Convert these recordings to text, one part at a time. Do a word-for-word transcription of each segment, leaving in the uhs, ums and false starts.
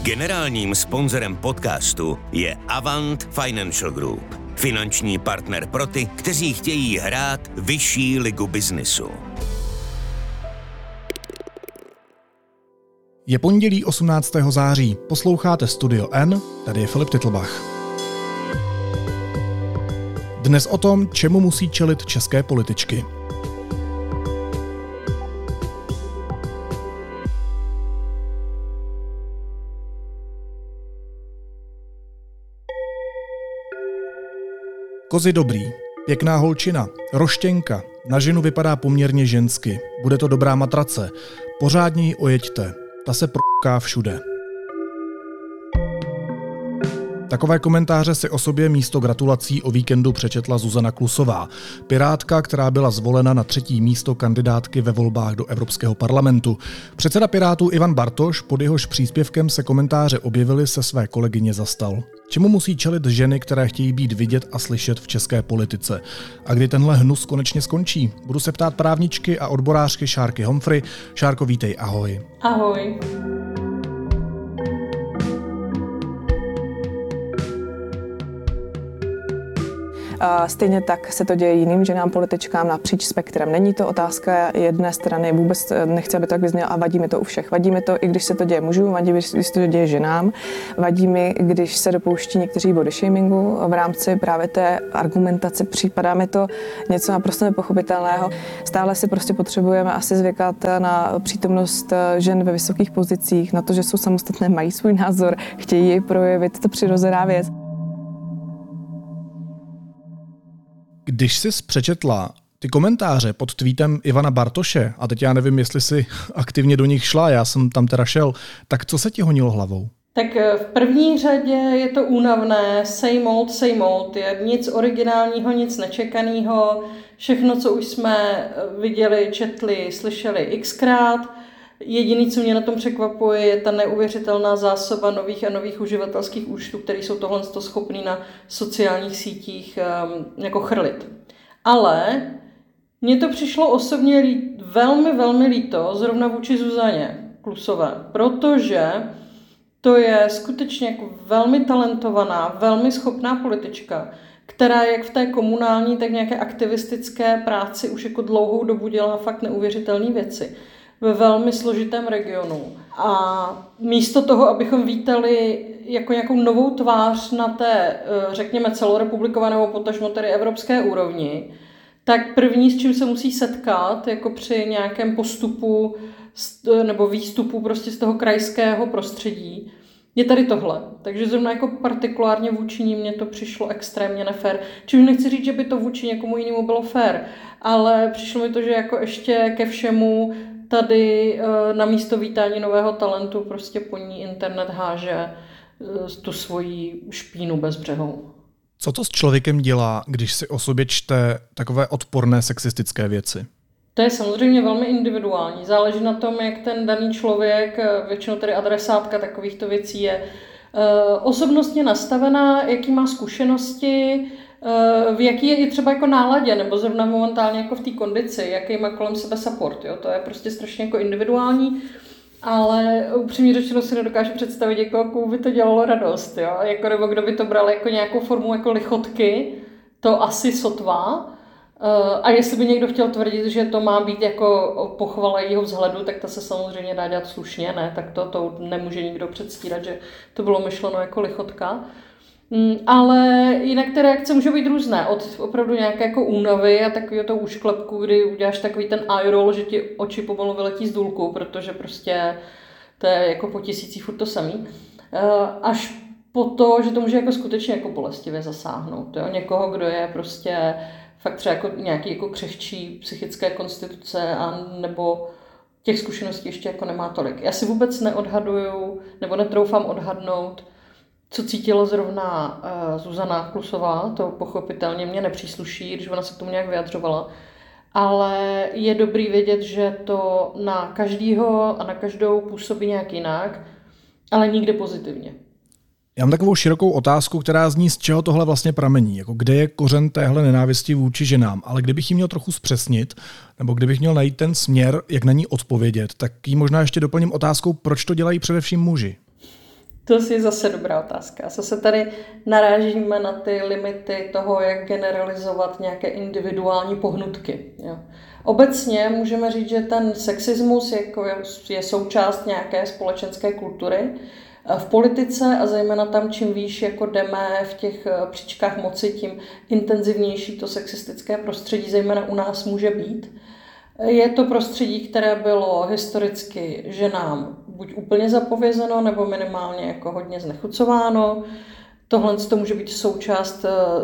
Generálním sponzorem podcastu je Avant Financial Group, finanční partner pro ty, kteří chtějí hrát vyšší ligu biznisu. Je pondělí osmnáctého září, posloucháte Studio N, tady je Filip Titlbach. Dnes o tom, čemu musí čelit české političky. Kozy dobrý, pěkná holčina, roštěnka, na ženu vypadá poměrně žensky, bude to dobrá matrace, pořádně ji ojeďte, ta se prká všude. Takové komentáře si o sobě místo gratulací o víkendu přečetla Zuzana Klusová, pirátka, která byla zvolena na třetí místo kandidátky ve volbách do Evropského parlamentu. Předseda Pirátů Ivan Bartoš, pod jehož příspěvkem se komentáře objevily, se své kolegyně zastal. Čemu musí čelit ženy, které chtějí být vidět a slyšet v české politice? A kdy tenhle hnus konečně skončí? Budu se ptát právničky a odborářky Šárky Humphrey. Šárko, vítej, ahoj. Ahoj. Stejně tak se to děje jiným ženám političkám napříč spektrem. Není to otázka jedné strany, vůbec nechci, aby to tak vyznělo, a vadí mi to u všech. Vadí mi to, i když se to děje mužům, vadí mi, když se to děje ženám. Vadí mi, když se dopouští někteří body shamingu v rámci právě té argumentace. Připadá mi to něco naprosto nepochopitelného. Stále si prostě potřebujeme asi zvykat na přítomnost žen ve vysokých pozicích, na to, že jsou samostatné, mají svůj názor, chtějí jej projevit, to přirozená věc. Když jsi přečetla ty komentáře pod tweetem Ivana Bartoše, a teď já nevím, jestli jsi aktivně do nich šla, já jsem tam teda šel, tak co se ti honilo hlavou? Tak v první řadě je to únavné, same old, same old, je nic originálního, nic nečekaného, všechno, co už jsme viděli, četli, slyšeli xkrát. Jediné, co mě na tom překvapuje, je ta neuvěřitelná zásoba nových a nových uživatelských účtů, které jsou tohle schopný na sociálních sítích um, jako chrlit. Ale mně to přišlo osobně lí, velmi, velmi líto, zrovna vůči Zuzaně Klusové, protože to je skutečně jako velmi talentovaná, velmi schopná politička, která jak v té komunální, tak nějaké aktivistické práci už jako dlouhou dobu dělá fakt neuvěřitelné věci ve velmi složitém regionu. A místo toho, abychom vítali jako nějakou novou tvář na té, řekněme, celorepublikové nebo potažmo tedy evropské úrovni, tak první, s čím se musí setkat, jako při nějakém postupu nebo výstupu prostě z toho krajského prostředí, je tady tohle. Takže zrovna jako partikulárně vůči ní mně to přišlo extrémně nefér. Čím nechci říct, že by to vůči někomu jinému bylo fér, ale přišlo mi to, že jako ještě ke všemu tady na místo vítání nového talentu prostě po ní internet háže tu svoji špínu bezbřehou. Co to s člověkem dělá, když si o sobě čte takové odporné sexistické věci? To je samozřejmě velmi individuální. Záleží na tom, jak ten daný člověk, většinou tedy adresátka takovýchto věcí je osobnostně nastavená, jaký má zkušenosti, v jaký je i třeba jako náladě, nebo zrovna momentálně jako v té kondici, jaký má kolem sebe support. Jo? To je prostě strašně jako individuální, ale upřímně řečeno si nedokážu představit někoho, komu by to dělalo radost. Jo? Jako, nebo kdo by to bral jako nějakou formu jako lichotky, to asi sotva. A jestli by někdo chtěl tvrdit, že to má být jako pochvala jejího vzhledu, tak to se samozřejmě dá dělat slušně, ne? Tak to, to nemůže nikdo předstírat, že to bylo myšleno jako lichotka. Ale jinak ty reakce můžou být různé, od opravdu nějaké jako únavy a takového toho úšklepku, kdy uděláš takový ten eye roll, že ti oči pomalu vyletí z důlku, protože prostě to je jako po tisících furt to samý. Až po to, že to může jako skutečně jako bolestivě zasáhnout. Jo? Někoho, kdo je prostě fakt třeba jako nějaký jako křehčí psychické konstituce a nebo těch zkušeností ještě jako nemá tolik. Já si vůbec neodhaduju nebo netroufám odhadnout, co cítila zrovna uh, Zuzana Klusová, to pochopitelně mě nepřísluší, když ona se k tomu nějak vyjadřovala, ale je dobrý vědět, že to na každýho a na každou působí nějak jinak, ale nikde pozitivně. Já mám takovou širokou otázku, která zní, z čeho tohle vlastně pramení. Jako kde je kořen téhle nenávisti vůči ženám. Ale kdybych ji měl trochu zpřesnit, nebo kdybych měl najít ten směr, jak na ní odpovědět, tak ji možná ještě doplním otázkou, proč to dělají především muži. To je zase dobrá otázka. Zase tady narážíme na ty limity toho, jak generalizovat nějaké individuální pohnutky. Jo. Obecně můžeme říct, že ten sexismus jako je součást nějaké společenské kultury. V politice a zejména tam, čím výš jako jdeme v těch příčkách moci, tím intenzivnější to sexistické prostředí, zejména u nás, může být. Je to prostředí, které bylo historicky ženám buď úplně zapovězeno, nebo minimálně jako hodně znechucováno. Tohle to může být součást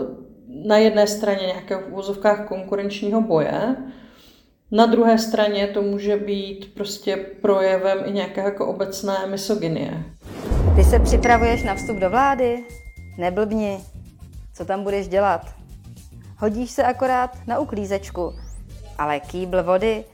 na jedné straně nějakého v uvozovkách konkurenčního boje, na druhé straně to může být prostě projevem i nějaké jako obecné misogynie. Ty se připravuješ na vstup do vlády? Neblbni. Co tam budeš dělat? Hodíš se akorát na uklízečku, ale kýbl vody,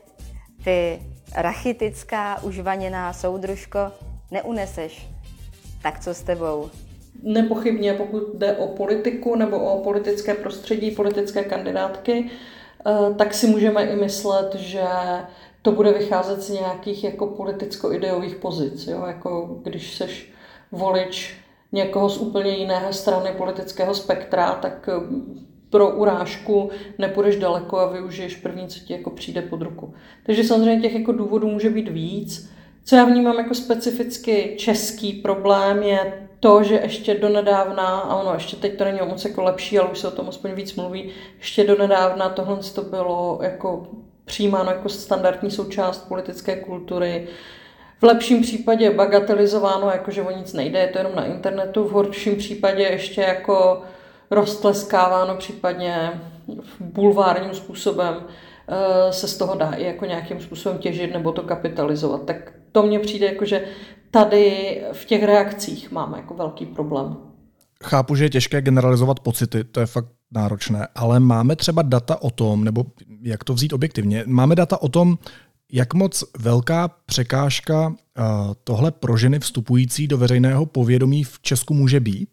ty rachitická, užvaněná soudružko, neuneseš. Tak co s tebou? Nepochybně, pokud jde o politiku nebo o politické prostředí, politické kandidátky, tak si můžeme i myslet, že to bude vycházet z nějakých jako politicko-ideových pozic. Jo? Jako když seš volič někoho z úplně jiné strany politického spektra, tak pro urážku nepůjdeš daleko a využiješ první, co ti jako přijde pod ruku. Takže samozřejmě těch jako důvodů může být víc. Co já vnímám jako specificky český problém je to, že ještě donedávna, a ono ještě teď to není moc jako lepší, ale už se o tom aspoň víc mluví, ještě donedávna tohle to bylo jako přijímáno jako standardní součást politické kultury. V lepším případě bagatelizováno, jako že o nic nejde, je to jenom na internetu, v horším případě ještě jako roztleskáváno, případně bulvárním způsobem se z toho dá i jako nějakým způsobem těžit nebo to kapitalizovat. Tak to mně přijde jako, že tady v těch reakcích máme jako velký problém. Chápu, že je těžké generalizovat pocity, to je fakt náročné, ale máme třeba data o tom, nebo jak to vzít objektivně, máme data o tom, jak moc velká překážka tohle pro ženy vstupující do veřejného povědomí v Česku může být?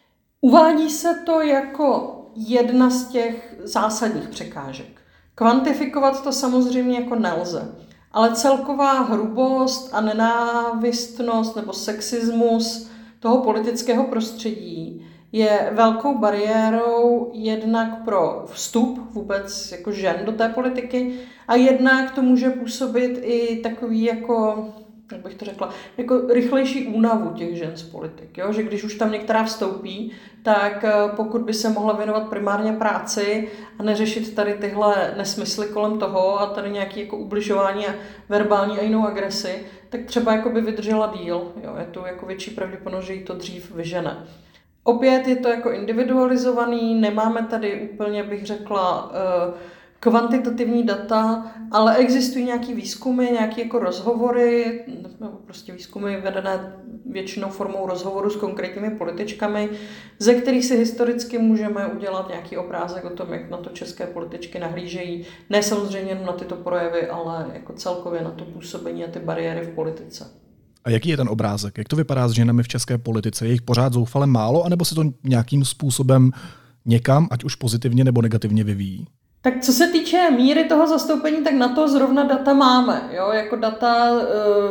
Uvádí se to jako jedna z těch zásadních překážek. Kvantifikovat to samozřejmě jako nelze, ale celková hrubost a nenávistnost nebo sexismus toho politického prostředí je velkou bariérou jednak pro vstup vůbec jako žen do té politiky a jednak to může působit i takový jako, jak bych to řekla, jako rychlejší únavu těch žen z politik. Jo? Že když už tam některá vstoupí, tak pokud by se mohla věnovat primárně práci a neřešit tady tyhle nesmysly kolem toho a tady nějaké jako ubližování a verbální a jinou agresi, tak třeba jako by vydržela díl. Jo? Je to jako větší pravděpodobnost, že jí to dřív vyžene. Opět je to jako individualizovaný, nemáme tady úplně, bych řekla, kvantitativní data, ale existují nějaký výzkumy, nějaké jako rozhovory, nebo prostě výzkumy vedené většinou formou rozhovoru s konkrétními političkami, ze kterých si historicky můžeme udělat nějaký obrázek o tom, jak na to české političky nahlížejí. Ne samozřejmě jen na tyto projevy, ale jako celkově na to působení a ty bariéry v politice. A jaký je ten obrázek? Jak to vypadá s ženami v české politice? Je jich pořád zoufale málo, anebo se to nějakým způsobem někam, ať už pozitivně nebo negativně, vyvíjí? Tak co se týče míry toho zastoupení, tak na to zrovna data máme. Jo? Jako data e,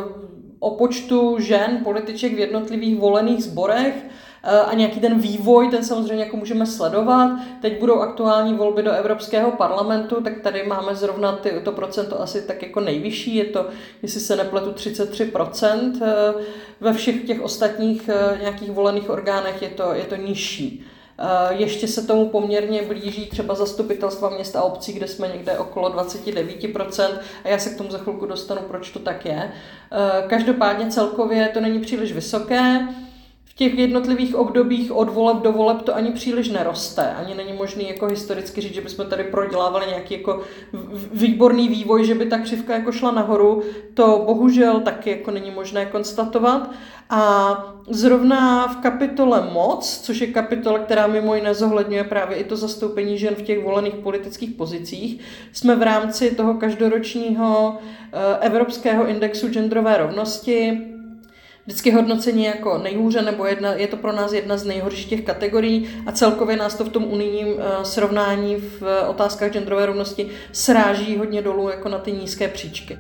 o počtu žen, političek v jednotlivých volených sborech e, a nějaký ten vývoj, ten samozřejmě jako můžeme sledovat. Teď budou aktuální volby do Evropského parlamentu, tak tady máme zrovna ty, to procento asi tak jako nejvyšší. Je to, jestli se nepletu, třicet tři procent. E, ve všech těch ostatních e, nějakých volených orgánech je to, je to nižší. Ještě se tomu poměrně blíží třeba zastupitelstva měst a obcí, kde jsme někde okolo dvacet devět procent a já se k tomu za chvilku dostanu, proč to tak je. Každopádně celkově to není příliš vysoké. V těch jednotlivých obdobích od voleb do voleb to ani příliš neroste. Ani není možný jako historicky říct, že bychom tady prodělávali nějaký jako výborný vývoj, že by ta křivka jako šla nahoru. To bohužel taky jako není možné konstatovat. A zrovna v kapitole Moc, což je kapitola, která mimo jiné zohledňuje právě i to zastoupení žen v těch volených politických pozicích, jsme v rámci toho každoročního Evropského indexu genderové rovnosti vždycky hodnocení jako nejhůře, nebo jedna, je to pro nás jedna z nejhorších těch kategorií a celkově nás to v tom unijním srovnání v otázkách genderové rovnosti sráží hodně dolů jako na ty nízké příčky.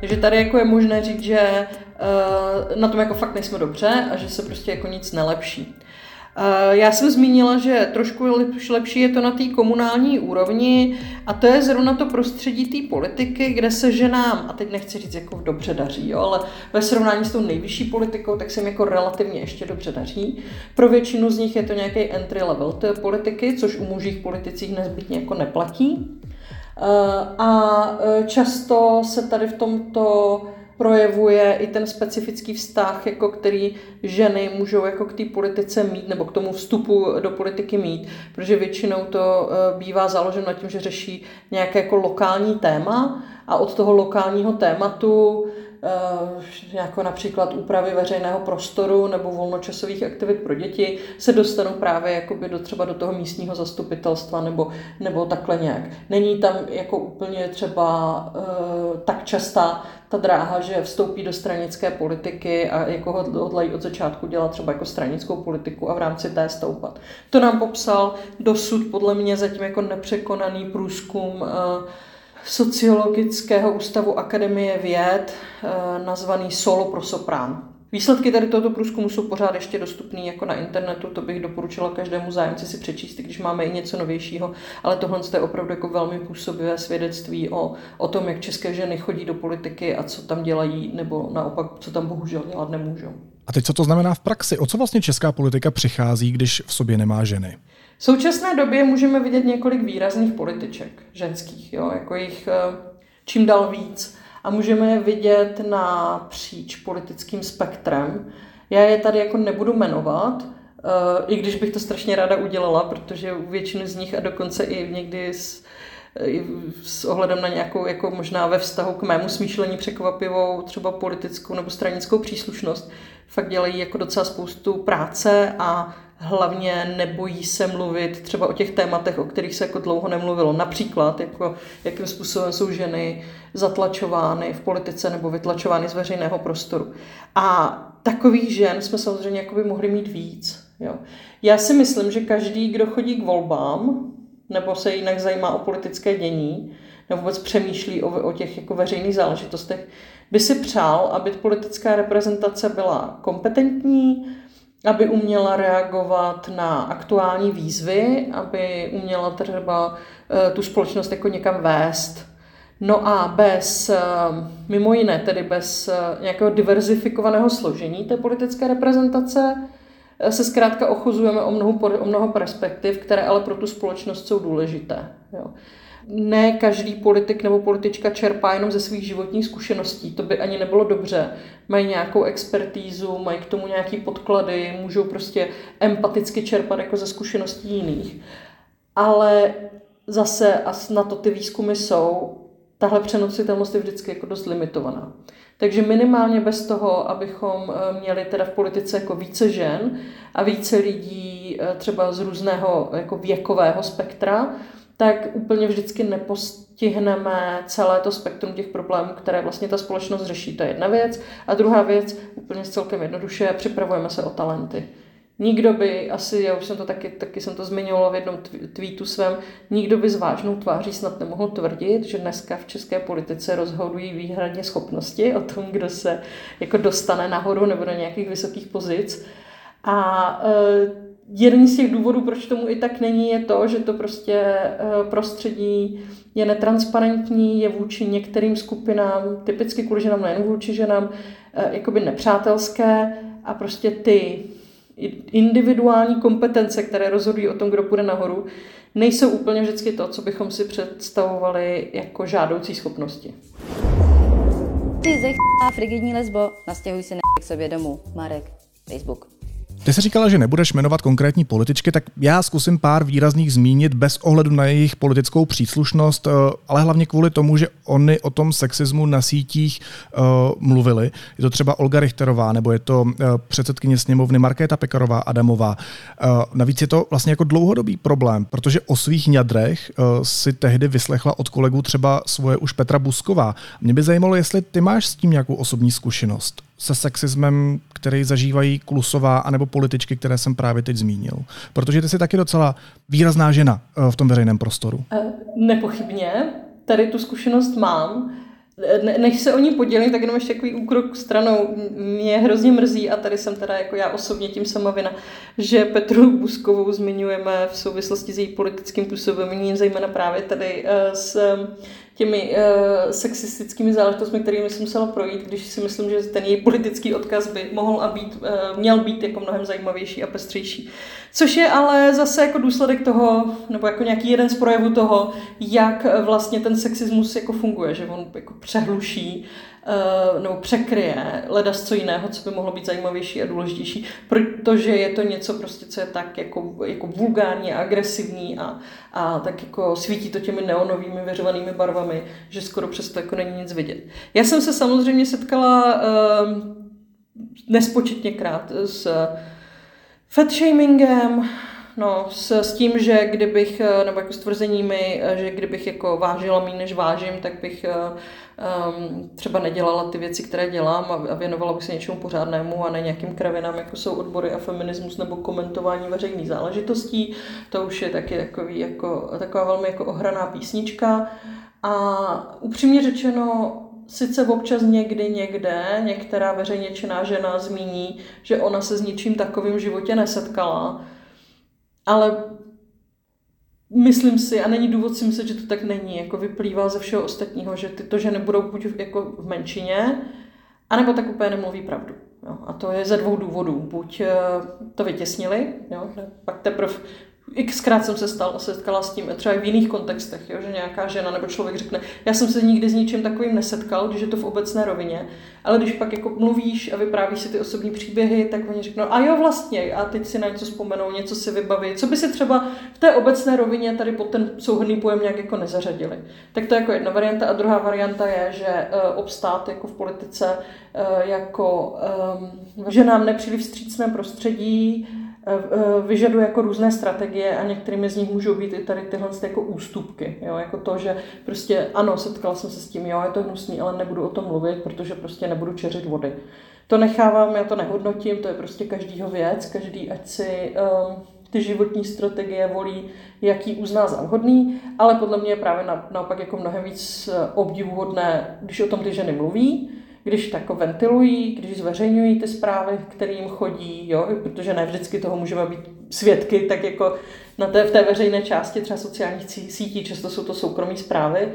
Takže tady jako je možné říct, že na tom jako fakt nejsme dobře a že se prostě jako nic nelepší. Já jsem zmínila, že trošku lepší je to na té komunální úrovni a to je zrovna to prostředí té politiky, kde se ženám, a teď nechci říct jako dobře daří, jo, ale ve srovnání s tou nejvyšší politikou, tak se jim jako relativně ještě dobře daří. Pro většinu z nich je to nějaký entry level té politiky, což u mužích politicích nezbytně jako neplatí. A často se tady v tomto projevuje i ten specifický vztah, jako který ženy můžou jako k té politice mít, nebo k tomu vstupu do politiky mít, protože většinou to bývá založeno na tím, že řeší nějaké jako lokální téma a od toho lokálního tématu jako například úpravy veřejného prostoru nebo volnočasových aktivit pro děti se dostanou právě jakoby do, třeba do toho místního zastupitelstva nebo, nebo takhle nějak. Není tam jako úplně třeba uh, tak častá ta dráha, že vstoupí do stranické politiky a jako hodlají od začátku dělat třeba jako stranickou politiku a v rámci té stoupat. To nám popsal dosud podle mě zatím jako nepřekonaný průzkum uh, Sociologického ústavu Akademie věd, nazvaný Solo pro soprán. Výsledky tady tohoto průzkumu jsou pořád ještě dostupné jako na internetu, to bych doporučila každému zájemci si přečíst, když máme i něco novějšího, ale tohle je opravdu jako velmi působivé svědectví o, o tom, jak české ženy chodí do politiky a co tam dělají, nebo naopak, co tam bohužel dělat nemůžou. A teď co to znamená v praxi? O co vlastně česká politika přichází, když v sobě nemá ženy? V současné době můžeme vidět několik výrazných političek ženských, jo, jako jich čím dál víc. A můžeme je vidět napříč politickým spektrem. Já je tady jako nebudu jmenovat, i když bych to strašně ráda udělala, protože většinu z nich a dokonce i někdy s, i s ohledem na nějakou jako možná ve vztahu k mému smýšlení překvapivou třeba politickou nebo stranickou příslušnost, fakt dělají jako docela spoustu práce a hlavně nebojí se mluvit třeba o těch tématech, o kterých se jako dlouho nemluvilo. Například, jako, jakým způsobem jsou ženy zatlačovány v politice nebo vytlačovány z veřejného prostoru. A takových žen jsme samozřejmě jakoby mohli mít víc. Jo. Já si myslím, že každý, kdo chodí k volbám, nebo se jinak zajímá o politické dění, nebo vůbec přemýšlí o, o těch jako veřejných záležitostech, by si přál, aby politická reprezentace byla kompetentní, aby uměla reagovat na aktuální výzvy, aby uměla třeba tu společnost jako někam vést. No a bez, mimo jiné, tedy bez nějakého diverzifikovaného složení té politické reprezentace se zkrátka ochuzujeme o mnoho, o mnoho perspektiv, které ale pro tu společnost jsou důležité. Jo. Ne každý politik nebo politička čerpá jenom ze svých životních zkušeností, to by ani nebylo dobře. Mají nějakou expertízu, mají k tomu nějaký podklady, můžou prostě empaticky čerpat jako ze zkušeností jiných. Ale zase, a na to ty výzkumy jsou, tahle přenositelnost je vždycky jako dost limitovaná. Takže minimálně bez toho, abychom měli teda v politice jako více žen a více lidí třeba z různého jako věkového spektra, tak úplně vždycky nepostihneme celé to spektrum těch problémů, které vlastně ta společnost řeší. To je jedna věc. A druhá věc, úplně celkem jednoduše, připravujeme se o talenty. Nikdo by, asi, já už jsem to taky, taky jsem to zmiňovala v jednom tweetu svém, nikdo by s vážnou tváří snad nemohl tvrdit, že dneska v české politice rozhodují výhradně schopnosti o tom, kdo se jako dostane nahoru nebo do nějakých vysokých pozic. A e, jeden z těch důvodů, proč tomu i tak není, je to, že to prostě prostředí je netransparentní, je vůči některým skupinám, typicky kvůli ženám, nejen vůči ženám, jakoby nepřátelské a prostě ty individuální kompetence, které rozhodují o tom, kdo půjde nahoru, nejsou úplně vždycky to, co bychom si představovali jako žádoucí schopnosti. Ty zechá frigidní lesbo, nastěhuj si k sobě domů. Marek, Facebook. Ty jsi říkala, že nebudeš jmenovat konkrétní političky, tak já zkusím pár výrazných zmínit bez ohledu na jejich politickou příslušnost, ale hlavně kvůli tomu, že oni o tom sexismu na sítích uh, mluvili. Je to třeba Olga Richterová, nebo je to uh, předsedkyně sněmovny Markéta Pekarová Adamová. Uh, navíc je to vlastně jako dlouhodobý problém, protože o svých ňadrech uh, si tehdy vyslechla od kolegů třeba svoje už Petra Busková. Mě by zajímalo, jestli ty máš s tím nějakou osobní zkušenost se sexismem, který zažívají Klusová, anebo političky, které jsem právě teď zmínil. Protože ty jsi taky docela výrazná žena v tom veřejném prostoru. Nepochybně, tady tu zkušenost mám. ne, než se o ní podělím, tak jenom ještě takový úkrok stranou. Mě hrozně mrzí, a tady jsem teda jako já osobně tím sama vina, že Petru Buzkovou zmiňujeme v souvislosti s její politickým působením, zejména právě tady s těmi uh, sexistickými záležitostmi, kterými jsem musela projít, když si myslím, že ten její politický odkaz by mohl a být, uh, měl být jako mnohem zajímavější a pestřejší. Což je ale zase jako důsledek toho, nebo jako nějaký jeden z projevů toho, jak vlastně ten sexismus jako funguje, že on jako přehluší uh, nebo překryje ledas co jiného, co by mohlo být zajímavější a důležitější, protože je to něco prostě, co je tak jako, jako vulgární a agresivní a, a tak jako svítí to těmi neonovými vyřvanými barvami, že skoro přesto jako není nic vidět. Já jsem se samozřejmě setkala uh, nespočetněkrát s fatshamingem, no, s, s tím, že kdybych, nebo jako s tvrzeními, že kdybych jako vážila méně, než vážím, tak bych um, třeba nedělala ty věci, které dělám a věnovala bych se něčemu pořádnému a ne nějakým kravinám, jako jsou odbory a feminismus nebo komentování veřejných záležitostí. To už je taky takový, jako, taková velmi jako ohraná písnička. A upřímně řečeno, sice občas někdy někde některá veřejně činná žena zmíní, že ona se s ničím takovým v životě nesetkala, ale myslím si, a není důvod si myslet, že to tak není, jako vyplývá ze všeho ostatního, že tyto ženy budou buď jako v menšině, anebo tak úplně nemluví pravdu. Jo? A to je ze dvou důvodů. Buď to vytěsnili, jo? Pak teprve xkrát jsem se stal, setkala s tím třeba i v jiných kontextech, jo, že nějaká žena nebo člověk řekne, já jsem se nikdy s ničím takovým nesetkal, když je to v obecné rovině, ale když pak jako mluvíš a vyprávíš si ty osobní příběhy, tak oni řeknou, a jo vlastně, a teď si na něco vzpomenou, něco si vybaví, co by si třeba v té obecné rovině tady pod ten souhrnný pojem nějak jako nezařadili. Tak to je jako jedna varianta a druhá varianta je, že uh, obstát jako v politice uh, jako um, že nám nepříliš vstřícné prostředí vyžaduje jako různé strategie a některými z nich můžou být i tady tyhle jako ústupky. Jo? Jako to, že prostě ano, setkala jsem se s tím, jo, je to hnusný, ale nebudu o tom mluvit, protože prostě nebudu čeřit vody. To nechávám, já to nehodnotím, to je prostě každýho věc, každý ať si um, ty životní strategie volí, jaký uzná za vhodný, ale podle mě je právě na, naopak jako mnohem víc obdivuhodné, když o tom ty ženy mluví, když tak ventilují, když zveřejňují ty zprávy, které jim chodí, jo, protože ne vždycky toho můžeme být svědky, tak jako na té, v té veřejné části třeba sociálních sítí, často jsou to soukromé zprávy.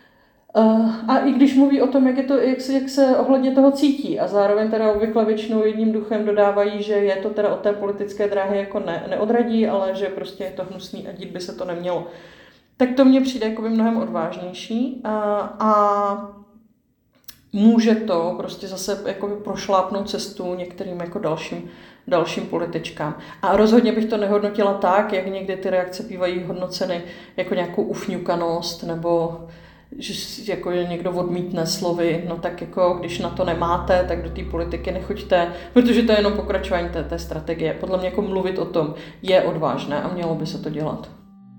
A i když mluví o tom, jak, je to, jak, se, jak se ohledně toho cítí a zároveň teda obvykle většinou jedním duchem dodávají, že je to teda od té politické dráhy jako ne, neodradí, ale že prostě je to hnusný a dít by se to nemělo. Tak to mně přijde jako by mnohem odvážnější a, a může to prostě zase jako prošlápnout cestu některým jako dalším, dalším političkám. A rozhodně bych to nehodnotila tak, jak někdy ty reakce bývají hodnoceny jako nějakou ufňukanost nebo že jako někdo odmítne slovy, no tak jako když na to nemáte, tak do té politiky nechoďte, protože to je jenom pokračování té, té strategie. Podle mě jako mluvit o tom je odvážné a mělo by se to dělat.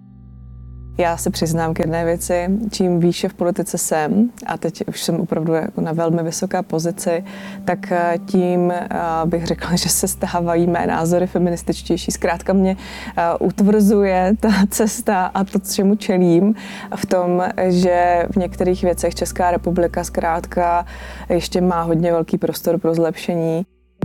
Já se přiznám k jedné věci, čím výše v politice jsem, a teď už jsem opravdu jako na velmi vysoké pozici, tak tím bych řekla, že se stávají mé názory feminističtější. Zkrátka mě utvrzuje ta cesta a to, čemu čelím, v tom, že v některých věcech Česká republika zkrátka ještě má hodně velký prostor pro zlepšení.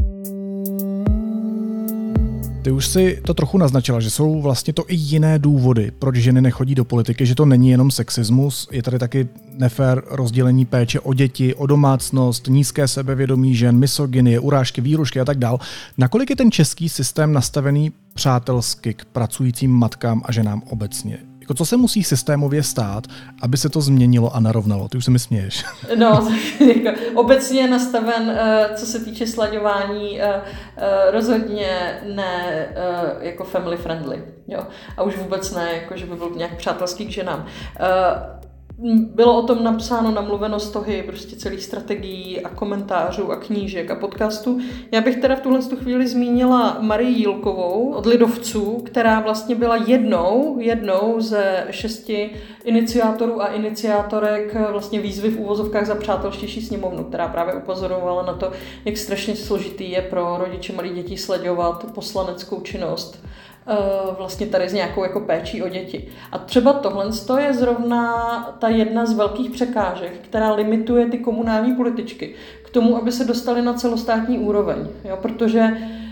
Ty už si to trochu naznačila, že jsou vlastně to i jiné důvody, proč ženy nechodí do politiky, že to není jenom sexismus, je tady taky nefér rozdělení péče o děti, o domácnost, nízké sebevědomí žen, misogynie, urážky, výhrušky a tak dál. Nakolik je ten český systém nastavený přátelsky k pracujícím matkám a ženám obecně? Jako co se musí systémově stát, aby se to změnilo a narovnalo? Ty už se mi směješ. No, jako obecně je nastaven, co se týče slaďování, rozhodně ne jako family friendly. Jo? A už vůbec ne, jako že by byl nějak přátelský k ženám. Bylo o tom napsáno, namluveno stohy prostě celých strategií a komentářů a knížek a podcastů. Já bych teda v tuhle chvíli zmínila Marii Jílkovou od Lidovců, která vlastně byla jednou, jednou ze šesti iniciátorů a iniciátorek vlastně výzvy v úvozovkách za přátelštější sněmovnu, která právě upozorovala na to, jak strašně složitý je pro rodiče malých dětí sledovat poslaneckou činnost vlastně tady s nějakou jako péčí o děti. A třeba tohle je zrovna ta jedna z velkých překážek, která limituje ty komunální političky k tomu, aby se dostali na celostátní úroveň. Jo? Protože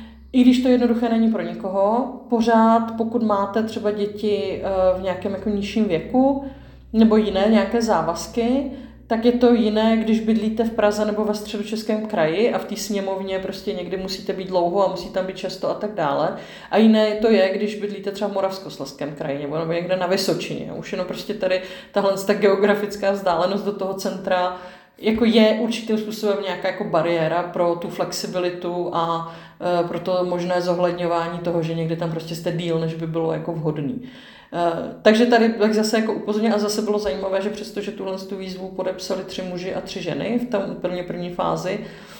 i když to jednoduché není pro nikoho, pořád pokud máte třeba děti v nějakém jako nižším věku nebo jiné nějaké závazky, tak je to jiné, když bydlíte v Praze nebo ve Středočeském kraji a v té sněmovně prostě někdy musíte být dlouho a musí tam být často a tak dále. A jiné to je, když bydlíte třeba v Moravskoslezském kraji nebo, nebo někde na Vysočině. Už jenom prostě tady tahle ta geografická vzdálenost do toho centra jako je určitým způsobem nějaká jako bariéra pro tu flexibilitu a e, pro to možné zohledňování toho, že někdy tam prostě jste díl, než by bylo jako vhodný. Uh, takže tady tak zase jako upozorně a zase bylo zajímavé, že přestože tuhle tu výzvu podepsali tři muži a tři ženy v tom úplně první fázi,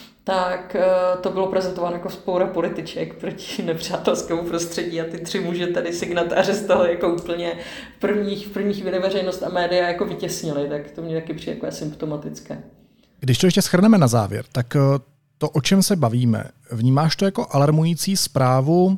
tak uh, to bylo prezentováno jako spoura političek proti nepřátelskému prostředí a ty tři muži tady signatáře z toho jako úplně v prvních, v první chvíli veřejnost a média jako vytěsnili, tak to mě taky přijde jako symptomatické. Když to ještě shrneme na závěr, tak to, o čem se bavíme, vnímáš to jako alarmující zprávu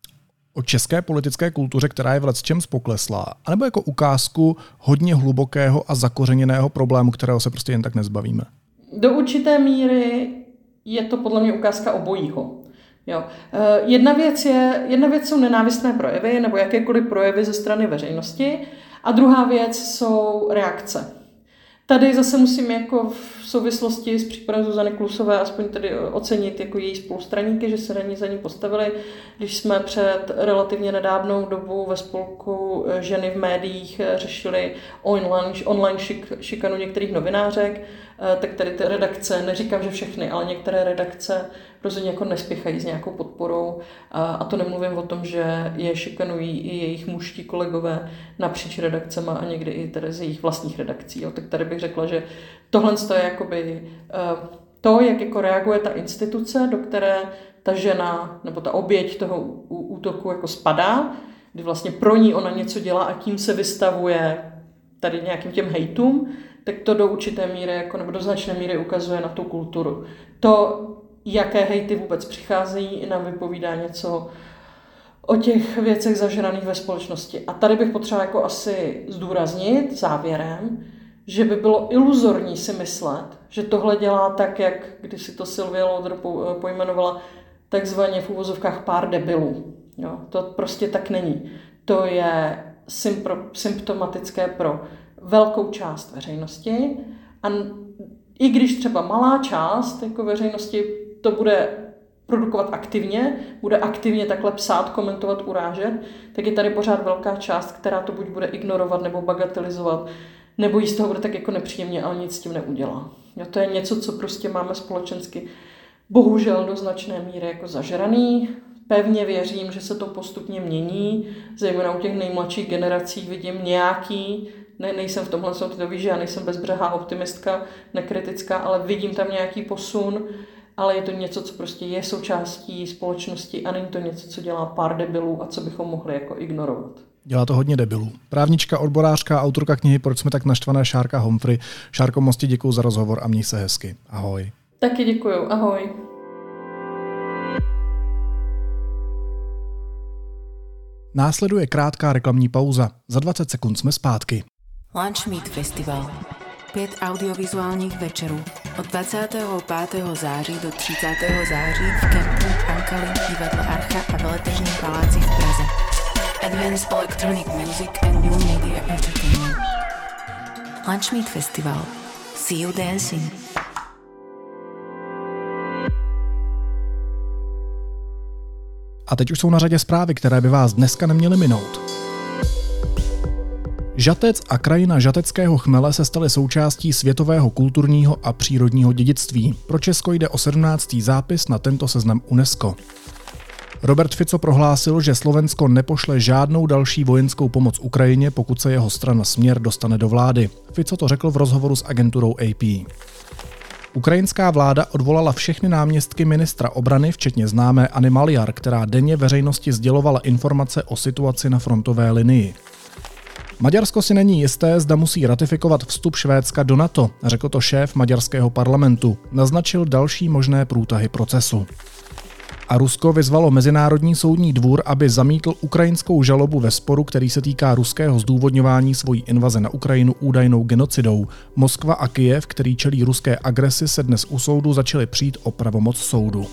o české politické kultuře, která je v lecčems poklesla, anebo jako ukázku hodně hlubokého a zakořeněného problému, kterého se prostě jen tak nezbavíme? Do určité míry je to podle mě ukázka obojího. Jo. Jedna věc je, jedna věc jsou nenávistné projevy nebo jakékoliv projevy ze strany veřejnosti a druhá věc jsou reakce. Tady zase musím jako v souvislosti s případem Zuzany Klusové aspoň tady ocenit jako její spolustraníky, že se na ní za ní postavili. Když jsme před relativně nedávnou dobou ve spolku Ženy v médiích řešili online, online šik, šikanu některých novinářek, tak tady ty redakce, neříkám, že všechny, ale některé redakce rozhodně jako nespěchají s nějakou podporou. A to nemluvím o tom, že je šikanují i jejich mužští kolegové napříč redakcema a někdy i tady z jejich vlastních redakcí. Jo. Tak tady bych řekla, že tohle je jakoby to, jak jako reaguje ta instituce, do které ta žena nebo ta oběť toho útoku jako spadá, kdy vlastně pro ní ona něco dělá a tím se vystavuje tady nějakým těm hejtům, tak to do určité míry jako, nebo do značné míry ukazuje na tu kulturu. To, jaké hejty vůbec přicházejí, nám vypovídá něco o těch věcech zažraných ve společnosti. A tady bych potřeba jako asi zdůraznit závěrem, že by bylo iluzorní si myslet, že tohle dělá tak, jak když si to Sylvie Lauder pojmenovala, takzvaně v uvozovkách pár debilů. Jo, to prostě tak není. To je symptomatické pro velkou část veřejnosti a i když třeba malá část jako veřejnosti to bude produkovat aktivně, bude aktivně takhle psát, komentovat, urážet, tak je tady pořád velká část, která to buď bude ignorovat nebo bagatelizovat, nebo jí z toho bude tak jako nepříjemně, ale nic s tím neudělá. Jo, to je něco, co prostě máme společensky bohužel do značné míry jako zažraný. Pevně věřím, že se to postupně mění, zejména u těch nejmladších generací vidím nějaký, ne, nejsem v tomhle, ty to víš, že já nejsem bezbřehá optimistka, nekritická, ale vidím tam nějaký posun, ale je to něco, co prostě je součástí společnosti a není to něco, co dělá pár debilů a co bychom mohli jako ignorovat. Dělá to hodně debilů. Právnička, odborářka, autorka knihy Proč jsme tak naštvané Šárka Humphrey. Šárko, moc ti děkuju za rozhovor a měj se hezky. Ahoj. Taky děkuju. Ahoj. Následuje krátká reklamní pauza. Za dvacet sekund jsme zpátky. Lunch Meet Festival. Pět audiovizuálních večerů od dvacátého pátého září do třicátého září v kempu Ankali, divadle Archa a Veletržním paláci v Praze. Advanced Electronic Music and New Media Entertainment. Lunch Meet Festival. See you dancing. A teď už jsou na řadě zprávy, které by vás dneska neměly minout. Žatec a krajina žateckého chmele se staly součástí světového kulturního a přírodního dědictví. Pro Česko jde o sedmnáctý zápis na tento seznam UNESCO. Robert Fico prohlásil, že Slovensko nepošle žádnou další vojenskou pomoc Ukrajině, pokud se jeho strana Směr dostane do vlády. Fico to řekl v rozhovoru s agenturou A P. Ukrajinská vláda odvolala všechny náměstky ministra obrany, včetně známé Anny Maliar, která denně veřejnosti sdělovala informace o situaci na frontové linii. Maďarsko si není jisté, zda musí ratifikovat vstup Švédska do NATO, řekl to šéf maďarského parlamentu. Naznačil další možné průtahy procesu. A Rusko vyzvalo Mezinárodní soudní dvůr, aby zamítl ukrajinskou žalobu ve sporu, který se týká ruského zdůvodňování svojí invaze na Ukrajinu údajnou genocidou. Moskva a Kyjev, který čelí ruské agresi, se dnes u soudu začaly přijít o pravomoc soudu.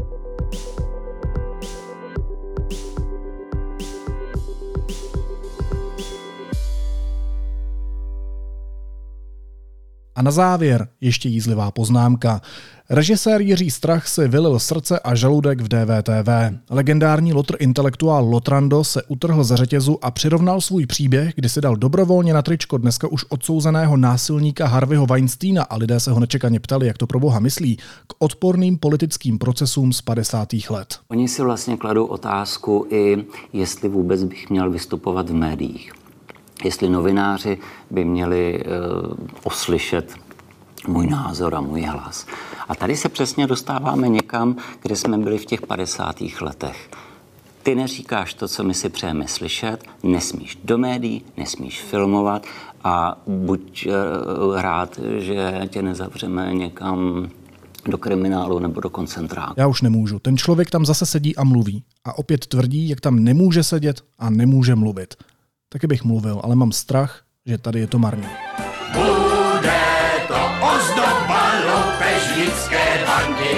A na závěr ještě jízlivá poznámka. Režisér Jiří Strach si vylil srdce a žaludek v D V T V. Legendární lotr intelektuál Lotrando se utrhl ze řetězu a přirovnal svůj příběh, kdy si dal dobrovolně na tričko dneska už odsouzeného násilníka Harveyho Weinsteina a lidé se ho nečekaně ptali, jak to pro boha myslí, k odporným politickým procesům z padesátých let. Oni si vlastně kladou otázku i, jestli vůbec bych měl vystupovat v médiích. Jestli novináři by měli uh, oslyšet můj názor a můj hlas. A tady se přesně dostáváme někam, kde jsme byli v těch padesátých letech. Ty neříkáš to, co my si přejeme slyšet, nesmíš do médií, nesmíš filmovat a buď uh, rád, že tě nezavřeme někam do kriminálu nebo do koncentráku. Já už nemůžu. Ten člověk tam zase sedí a mluví. A opět tvrdí, jak tam nemůže sedět a nemůže mluvit. Taky bych mluvil, ale mám strach, že tady je to marný. Bude to ozdoba loupežnické bandy.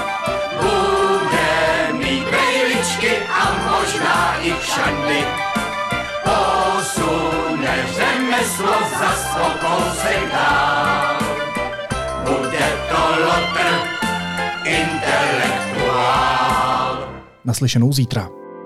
Bude mít brejličky a možná i šandy. Posune řemeslo za kousek dál. Bude to lotr intelektuál. Naslyšenou zítra.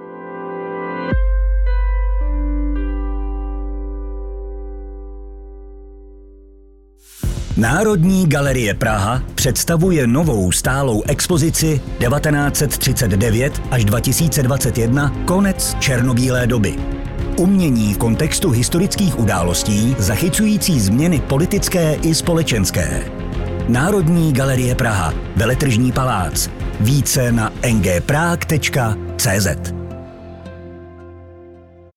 Národní galerie Praha představuje novou stálou expozici devatenáct set třicet devět až dva tisíce dvacet jedna Konec černobílé doby. Umění v kontextu historických událostí zachycující změny politické i společenské. Národní galerie Praha, Veletržní palác. Více na n g prague tečka c z.